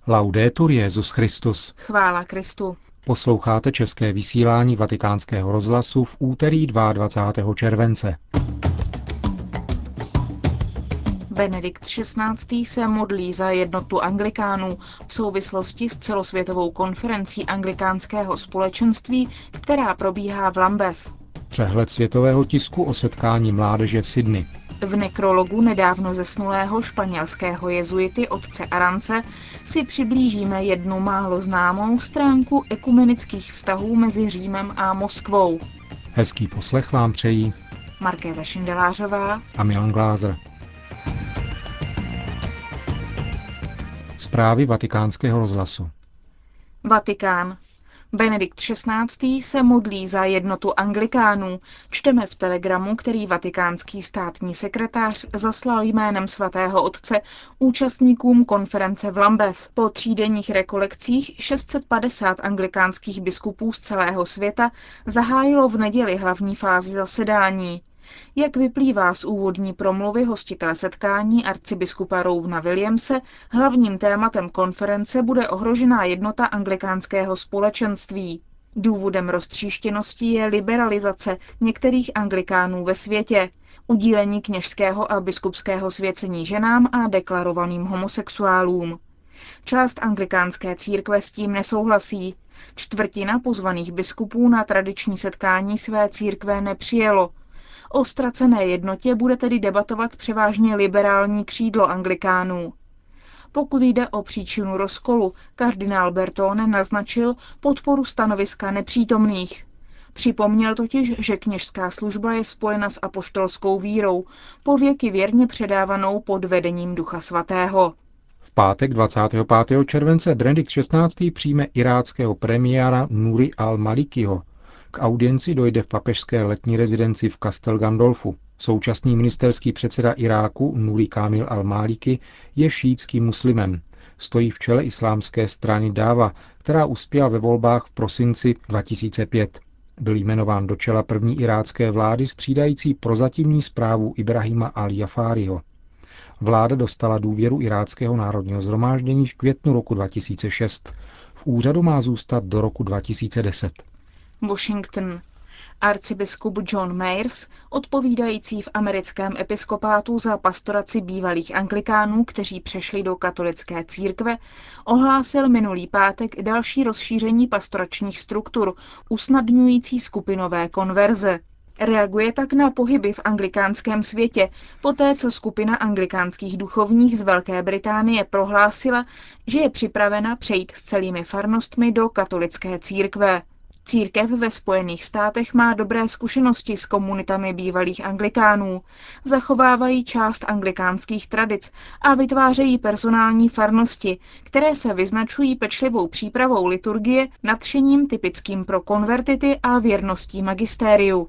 Laudetur Jesus Christus. Chvála Kristu. Posloucháte české vysílání Vatikánského rozhlasu v úterý 22. července. Benedikt XVI. Se modlí za jednotu anglikánů v souvislosti s celosvětovou konferencí anglikánského společenství, která probíhá v Lambeth. Přehled světového tisku o setkání mládeže v Sydney. V nekrologu nedávno zesnulého španělského jezuity otce Arance si přiblížíme jednu málo známou stránku ekumenických vztahů mezi Římem a Moskvou. Hezký poslech vám přejí Markéta Šindelářová a Milan Glázer. Zprávy Vatikánského rozhlasu. Vatikán. Benedikt XVI. Se modlí za jednotu anglikánů, čteme v telegramu, který vatikánský státní sekretář zaslal jménem svatého otce účastníkům konference v Lambeth. Po třídenních rekolekcích 650 anglikánských biskupů z celého světa zahájilo v neděli hlavní fázi zasedání. Jak vyplývá z úvodní promluvy hostitele setkání arcibiskupa Rowena Williamse, hlavním tématem konference bude ohrožená jednota anglikánského společenství. Důvodem roztříštěnosti je liberalizace některých anglikánů ve světě, udílení kněžského a biskupského svěcení ženám a deklarovaným homosexuálům. Část anglikánské církve s tím nesouhlasí. Čtvrtina pozvaných biskupů na tradiční setkání své církve nepřijelo. O ztracené jednotě bude tedy debatovat převážně liberální křídlo anglikánů. Pokud jde o příčinu rozkolu, kardinál Bertone naznačil podporu stanoviska nepřítomných. Připomněl totiž, že kněžská služba je spojena s apoštolskou vírou, pověky věrně předávanou pod vedením Ducha Svatého. V pátek 25. července Benedikt XVI. Přijme iráckého premiéra Nuri al-Malikiho. K audienci dojde v papežské letní rezidenci v Castel Gandolfu. Současný ministerský předseda Iráku Nuri Kamil al-Maliki je šíitským muslimem. Stojí v čele islámské strany Dáva, která uspěla ve volbách v prosinci 2005. Byl jmenován do čela první irácké vlády střídající prozatímní správu Ibrahima al-Jafáriho. Vláda dostala důvěru Iráckého národního shromáždění v květnu roku 2006. V úřadu má zůstat do roku 2010. Washington. Arcibiskup John Mayers, odpovídající v americkém episkopátu za pastoraci bývalých anglikánů, kteří přešli do katolické církve, ohlásil minulý pátek další rozšíření pastoračních struktur, usnadňující skupinové konverze. Reaguje tak na pohyby v anglikánském světě, poté co skupina anglikánských duchovních z Velké Británie prohlásila, že je připravena přejít s celými farnostmi do katolické církve. Církev ve Spojených státech má dobré zkušenosti s komunitami bývalých anglikánů, zachovávají část anglikánských tradic a vytvářejí personální farnosti, které se vyznačují pečlivou přípravou liturgie, nadšením typickým pro konvertity a věrností magistériu.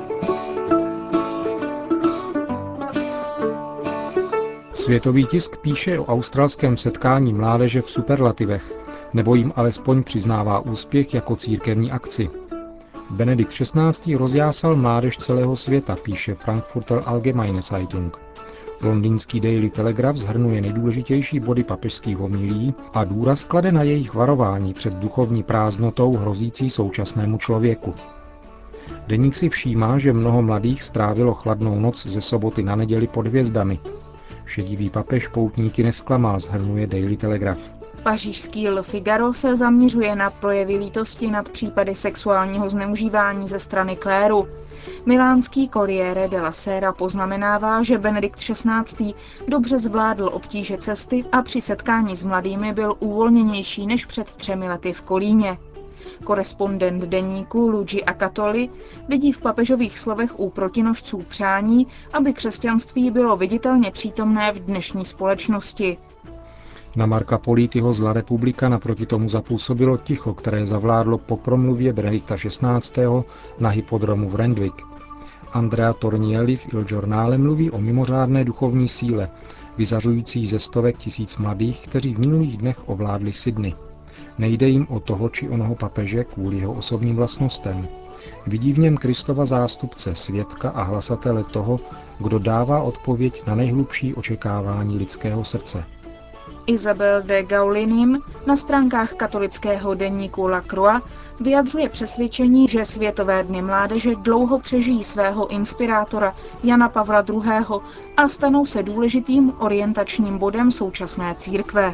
Světový tisk píše o australském setkání mládeže v superlativech, nebo jim alespoň přiznává úspěch jako církevní akci. Benedikt XVI. Rozjásal mládež celého světa, píše Frankfurter Allgemeine Zeitung. Londýnský Daily Telegraph shrnuje nejdůležitější body papežských homilí a důraz klade na jejich varování před duchovní prázdnotou hrozící současnému člověku. Deník si všímá, že mnoho mladých strávilo chladnou noc ze soboty na neděli pod hvězdami. Šedivý papež poutníky nesklamal, shrnuje Daily Telegraph. Pařížský Le Figaro se zaměřuje na projevy lítosti nad případy sexuálního zneužívání ze strany kléru. Milánský Corriere della Sera poznamenává, že Benedikt XVI. Dobře zvládl obtíže cesty a při setkání s mladými byl uvolněnější než před 3 lety v Kolíně. Korespondent deníku Luigi Acatoli vidí v papežových slovech u protinožců přání, aby křesťanství bylo viditelně přítomné v dnešní společnosti. Na Marka Polityho z La Repubblica naproti tomu zapůsobilo ticho, které zavládlo po promluvě Benedikta XVI. Na hypodromu v Randwick. Andrea Tornielli v Il Giornale mluví o mimořádné duchovní síle, vyzařující ze stovek tisíc mladých, kteří v minulých dnech ovládli Sydney. Nejde jim o toho či onoho papeže kvůli jeho osobním vlastnostem. Vidí v něm Kristova zástupce, svědka a hlasatele toho, kdo dává odpověď na nejhlubší očekávání lidského srdce. Isabel de Gaulinim na stránkách katolického deníku La Croix vyjadřuje přesvědčení, že Světové dny mládeže dlouho přežijí svého inspirátora Jana Pavla II. A stanou se důležitým orientačním bodem současné církve.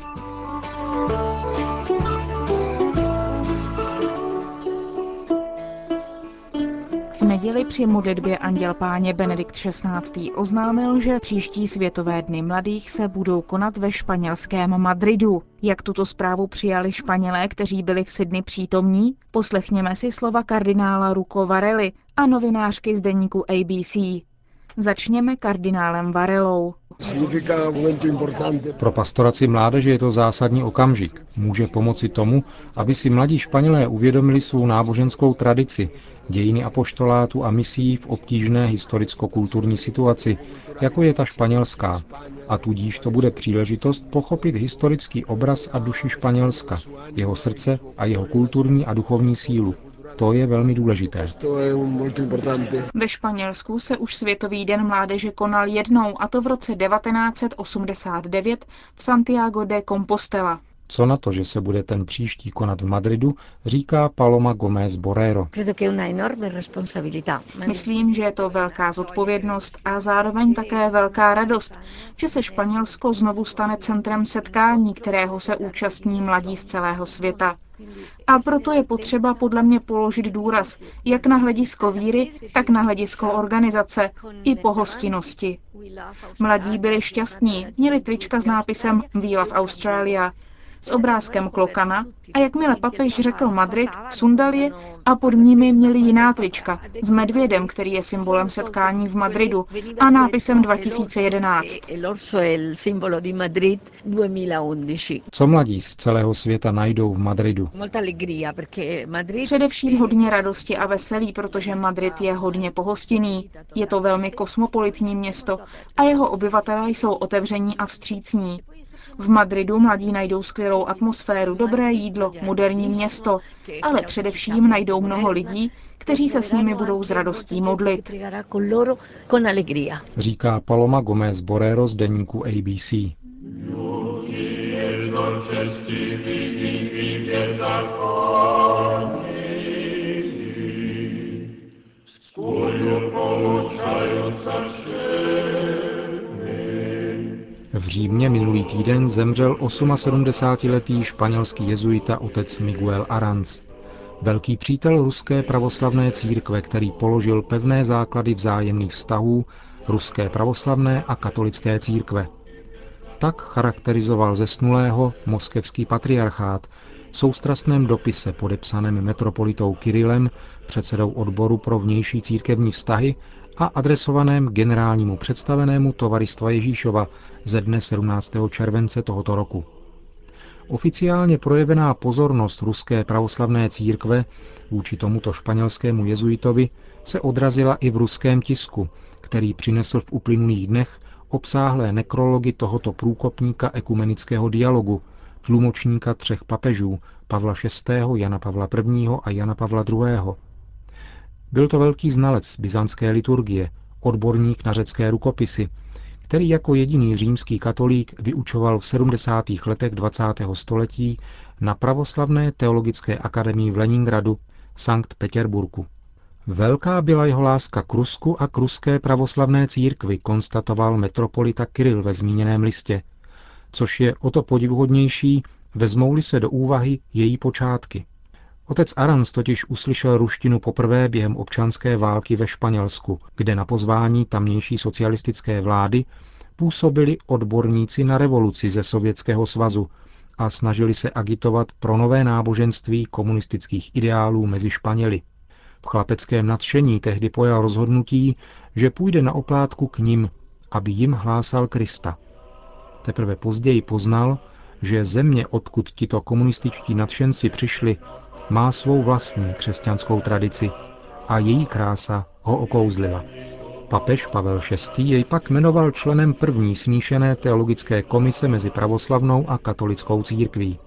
V neděli při modlitbě Anděl Páně Benedikt XVI. Oznámil, že příští Světové dny mladých se budou konat ve španělském Madridu. Jak tuto zprávu přijali Španělé, kteří byli v Sydney přítomní? Poslechněme si slova kardinála Rucco Varely a novinářky z deníku ABC. Začněme kardinálem Varelou. Pro pastoraci mládeže je to zásadní okamžik. Může pomoci tomu, aby si mladí Španělé uvědomili svou náboženskou tradici, dějiny apoštolátu a misií v obtížné historicko-kulturní situaci, jako je ta španělská. A tudíž to bude příležitost pochopit historický obraz a duši Španělska, jeho srdce a jeho kulturní a duchovní sílu. To je velmi důležité. Ve Španělsku se už Světový den mládeže konal jednou, a to v roce 1989 v Santiago de Compostela. Co na to, že se bude ten příští konat v Madridu, říká Paloma Gómez Borrero. Myslím, že je to velká zodpovědnost a zároveň také velká radost, že se Španělsko znovu stane centrem setkání, kterého se účastní mladí z celého světa. A proto je potřeba podle mě položit důraz jak na hledisko víry, tak na hledisko organizace i pohostinnosti. Mladí byli šťastní, měli trička s nápisem We Love Australia, s obrázkem klokana a jakmile papež řekl Madrid, sundali je a pod nimi měli jiná trička s medvědem, který je symbolem setkání v Madridu, a nápisem 2011. Co mladí z celého světa najdou v Madridu? Především hodně radosti a veselí, protože Madrid je hodně pohostinný. Je to velmi kosmopolitní město a jeho obyvatelé jsou otevření a vstřícní. V Madridu mladí najdou skvělou atmosféru, dobré jídlo, moderní město, ale především najdou mnoho lidí, kteří se s nimi budou s radostí modlit. Říká Paloma Gómez Borrero z deníku ABC. V Římě minulý týden zemřel 78letý španělský jezuita otec Miguel Arranz. Velký přítel ruské pravoslavné církve, který položil pevné základy vzájemných vztahů ruské pravoslavné a katolické církve. Tak charakterizoval zesnulého moskevský patriarchát v soustrastném dopise podepsaném metropolitou Kirilem, předsedou odboru pro vnější církevní vztahy a adresovaném generálnímu představenému Tovaristva Ježíšova ze dne 17. července tohoto roku. Oficiálně projevená pozornost ruské pravoslavné církve vůči tomuto španělskému jezuitovi se odrazila i v ruském tisku, který přinesl v uplynulých dnech obsáhlé nekrology tohoto průkopníka ekumenického dialogu, tlumočníka 3 papežů, Pavla VI., Jana Pavla I. a Jana Pavla II. Byl to velký znalec byzantské liturgie, odborník na řecké rukopisy, který jako jediný římský katolík vyučoval v 70. letech 20. století na pravoslavné teologické akademii v Leningradu, Sankt Petěrburku. Velká byla jeho láska k Rusku a k ruské pravoslavné církvi, konstatoval metropolita Kiril ve zmíněném listě, což je o to podivuhodnější, vezmou-li se do úvahy její počátky. Otec Arranz totiž uslyšel ruštinu poprvé během občanské války ve Španělsku, kde na pozvání tamnější socialistické vlády působili odborníci na revoluci ze Sovětského svazu a snažili se agitovat pro nové náboženství komunistických ideálů mezi Španěli. V chlapeckém nadšení tehdy pojal rozhodnutí, že půjde na oplátku k nim, aby jim hlásal Krista. Teprve později poznal, že země, odkud tito komunističtí nadšenci přišli, má svou vlastní křesťanskou tradici a její krása ho okouzlila. Papež Pavel VI. Jej pak jmenoval členem první smíšené teologické komise mezi pravoslavnou a katolickou církví.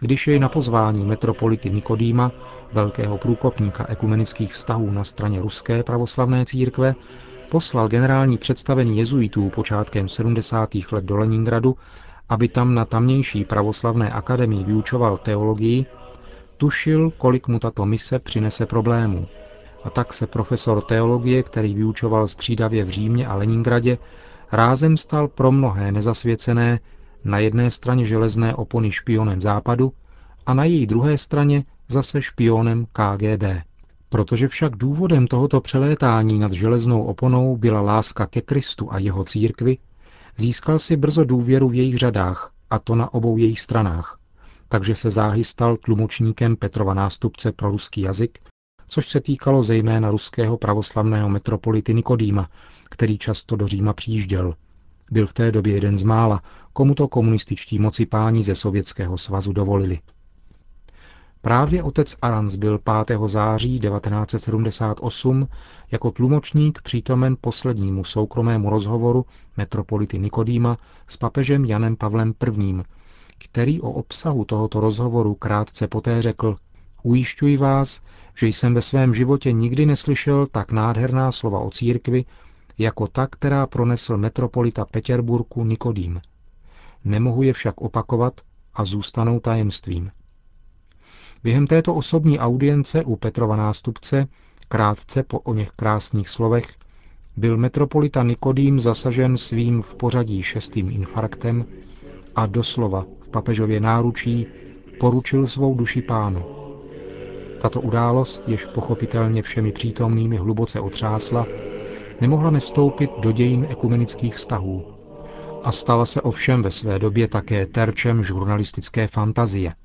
když jej na pozvání metropolity Nikodýma, velkého průkopníka ekumenických vztahů na straně ruské pravoslavné církve, poslal generální představení jezuitů počátkem 70. let do Leningradu, aby tam na tamnější pravoslavné akademii vyučoval teologii, tušil, kolik mu tato mise přinese problémů. A tak se profesor teologie, který vyučoval střídavě v Římě a Leningradě, rázem stal pro mnohé nezasvěcené na jedné straně železné opony špionem Západu a na její druhé straně zase špionem KGB. Protože však důvodem tohoto přelétání nad železnou oponou byla láska ke Kristu a jeho církvi, získal si brzo důvěru v jejich řadách, a to na obou jejich stranách. Takže se záhy stal tlumočníkem Petrova nástupce pro ruský jazyk, což se týkalo zejména ruského pravoslavného metropolity Nikodýma, který často do Říma přijížděl. Byl v té době jeden z mála, komu to komunističtí mocipáni ze Sovětského svazu dovolili. Právě otec Arans byl 5. září 1978 jako tlumočník přítomen poslednímu soukromému rozhovoru metropolity Nikodýma s papežem Janem Pavlem I., který o obsahu tohoto rozhovoru krátce poté řekl: Ujišťuji vás, že jsem ve svém životě nikdy neslyšel tak nádherná slova o církvi, jako ta, která pronesl metropolita Petěrburku Nikodým. Nemohu je však opakovat a zůstanou tajemstvím. Během této osobní audience u Petrova nástupce, krátce po oněch krásných slovech, byl metropolita Nikodým zasažen svým v pořadí 6. infarktem a doslova v papežově náručí poručil svou duši Pánu. Tato událost, jež pochopitelně všemi přítomnými hluboce otřásla, nemohla nevstoupit do dějin ekumenických vztahů a stala se ovšem ve své době také terčem žurnalistické fantazie.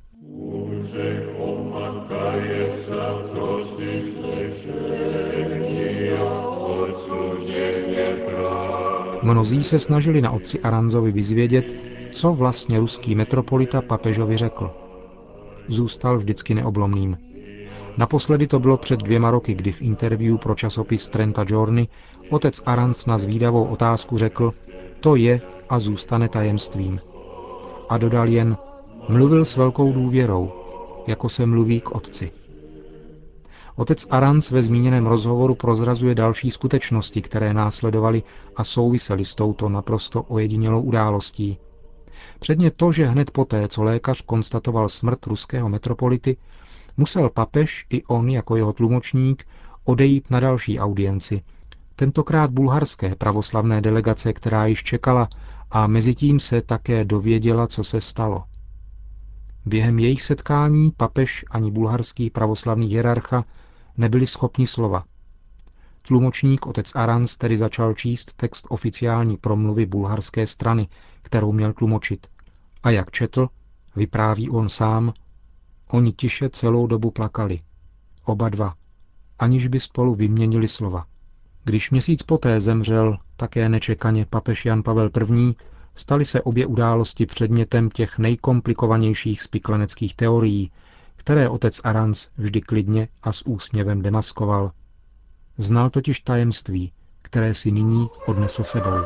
Mnozí se snažili na otci Aranzovi vyzvědět, co vlastně ruský metropolita papežovi řekl. Zůstal vždycky neoblomným. Naposledy to bylo před 2 roky, kdy v interview pro časopis Trenta Giorni otec Arans na zvídavou otázku řekl: to je a zůstane tajemstvím. A dodal jen: mluvil s velkou důvěrou, jako se mluví k otci. Otec Arans ve zmíněném rozhovoru prozrazuje další skutečnosti, které následovaly a souvisely s touto naprosto ojedinělou událostí. Předně to, že hned poté, co lékař konstatoval smrt ruského metropolity, musel papež i on jako jeho tlumočník odejít na další audienci, tentokrát bulharské pravoslavné delegace, která již čekala a mezitím se také dověděla, co se stalo. Během jejich setkání papež ani bulharský pravoslavný hierarcha nebyli schopni slova. Tlumočník otec Arans tedy začal číst text oficiální promluvy bulharské strany, kterou měl tlumočit. A jak četl, vypráví on sám, oni tiše celou dobu plakali. Oba dva, aniž by spolu vyměnili slova. Když měsíc poté zemřel také nečekaně papež Jan Pavel I., staly se obě události předmětem těch nejkomplikovanějších spikleneckých teorií, které otec Arans vždy klidně a s úsměvem demaskoval. Znal totiž tajemství, které si nyní odnesl sebou.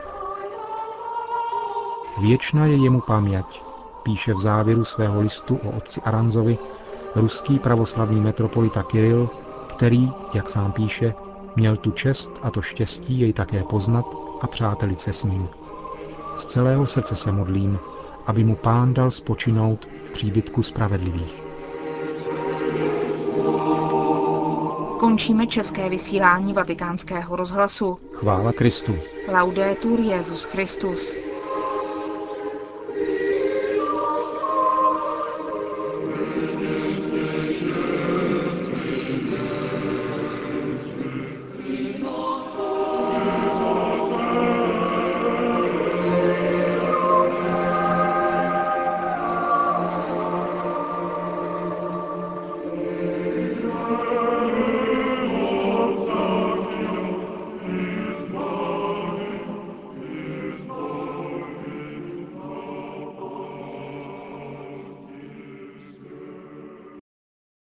Věčná je jemu paměť, píše v závěru svého listu o otci Aranzovi ruský pravoslavný metropolita Kiril, který, jak sám píše, měl tu čest a to štěstí jej také poznat a přátelit se s ním. Z celého srdce se modlím, aby mu Pán dal spočinout v příbytku spravedlivých. Končíme české vysílání Vatikánského rozhlasu. Chvála Kristu. Laudetur Jesus Christus.